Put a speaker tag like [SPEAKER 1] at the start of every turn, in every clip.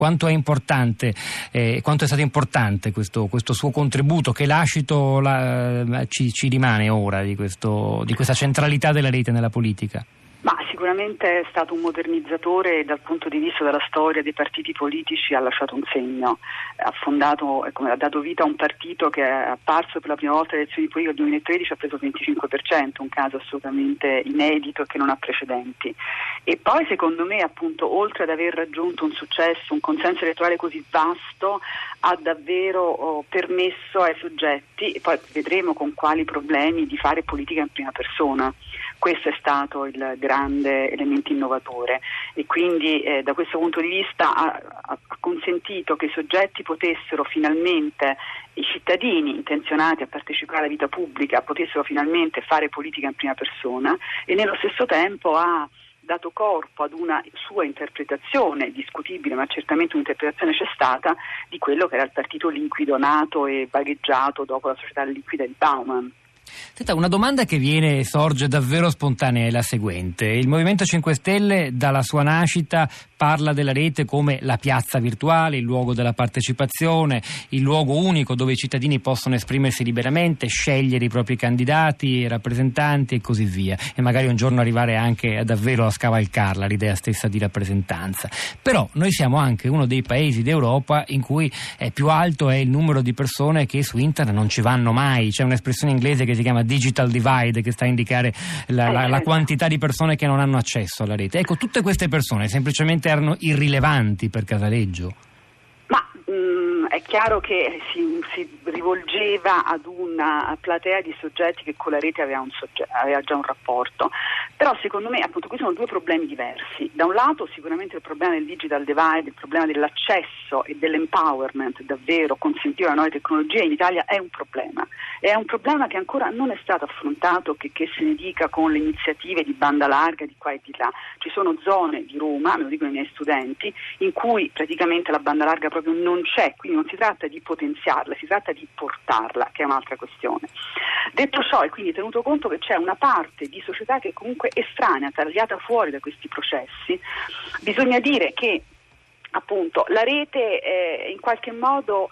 [SPEAKER 1] Quanto è importante, quanto è stato importante questo suo contributo, che lascito ci rimane ora di questa centralità della rete nella politica?
[SPEAKER 2] Ma sicuramente è stato un modernizzatore dal punto di vista della storia dei partiti politici, ha lasciato un segno, ha dato vita a un partito che è apparso per la prima volta alle elezioni politiche del 2013, ha preso il 25%, un caso assolutamente inedito che non ha precedenti. E poi secondo me, appunto, oltre ad aver raggiunto un successo, un consenso elettorale così vasto, ha davvero permesso ai soggetti, e poi vedremo con quali problemi, di fare politica in prima persona. Questo è stato il grande elemento innovatore e quindi da questo punto di vista ha consentito che i soggetti potessero finalmente, i cittadini intenzionati a partecipare alla vita pubblica, potessero finalmente fare politica in prima persona, e nello stesso tempo ha dato corpo ad una sua interpretazione discutibile, ma certamente un'interpretazione c'è stata, di quello che era il partito liquido nato e vagheggiato dopo la società liquida di Bauman.
[SPEAKER 1] Senta, una domanda che sorge davvero spontanea è la seguente. Il Movimento 5 Stelle dalla sua nascita parla della rete come la piazza virtuale, il luogo della partecipazione, il luogo unico dove i cittadini possono esprimersi liberamente, scegliere i propri candidati, rappresentanti e così via, e magari un giorno arrivare anche davvero a scavalcarla, l'idea stessa di rappresentanza. Però noi siamo anche uno dei paesi d'Europa in cui più alto è il numero di persone che su internet non ci vanno mai. C'è un'espressione inglese che si chiama digital divide, che sta a indicare la quantità di persone che non hanno accesso alla rete. Ecco, tutte queste persone semplicemente erano irrilevanti per Casaleggio?
[SPEAKER 2] Ma è chiaro che si rivolgeva ad una platea di soggetti che con la rete aveva già un rapporto. Però secondo me, appunto, questi sono due problemi diversi. Da un lato sicuramente il problema del digital divide, il problema dell'accesso e dell'empowerment davvero consentito da nuove tecnologie in Italia è un problema. È un problema che ancora non è stato affrontato, che se ne dica, con le iniziative di banda larga di qua e di là. Ci sono zone di Roma, me lo dicono i miei studenti, in cui praticamente la banda larga proprio non c'è, quindi non si tratta di potenziarla, si tratta di portarla, che è un'altra questione. Detto ciò, e quindi tenuto conto che c'è una parte di società che comunque è estranea, tagliata fuori da questi processi, bisogna dire che appunto la rete in qualche modo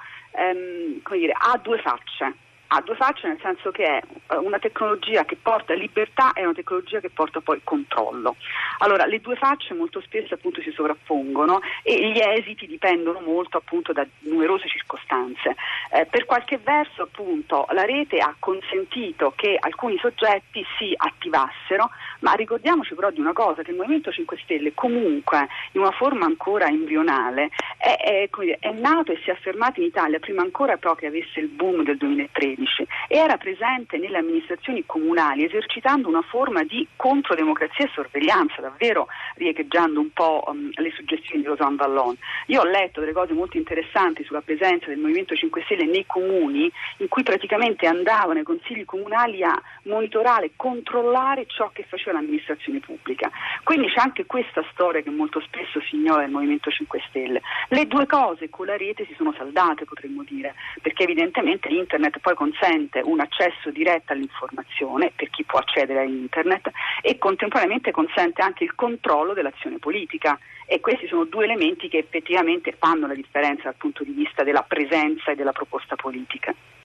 [SPEAKER 2] ha due facce. Ha due facce, nel senso che è una tecnologia che porta libertà e una tecnologia che porta poi controllo. Allora, le due facce molto spesso appunto si sovrappongono e gli esiti dipendono molto appunto da numerose circostanze. Per qualche verso appunto la rete ha consentito che alcuni soggetti si attivassero, ma ricordiamoci però di una cosa, che il Movimento 5 Stelle comunque in una forma ancora embrionale è nato e si è affermato in Italia prima ancora però che avesse il boom del 2013. E era presente nelle amministrazioni comunali esercitando una forma di controdemocrazia e sorveglianza, davvero riecheggiando un po' le suggestioni di Rosan Vallon. Io ho letto delle cose molto interessanti sulla presenza del Movimento 5 Stelle nei comuni, in cui praticamente andavano ai consigli comunali a monitorare e controllare ciò che faceva l'amministrazione pubblica. Quindi c'è anche questa storia che molto spesso si ignora del Movimento 5 Stelle. Le due cose con la rete si sono saldate, potremmo dire, perché evidentemente internet poi consente un accesso diretto all'informazione per chi può accedere a internet e contemporaneamente consente anche il controllo dell'azione politica, e questi sono due elementi che effettivamente fanno la differenza dal punto di vista della presenza e della proposta politica.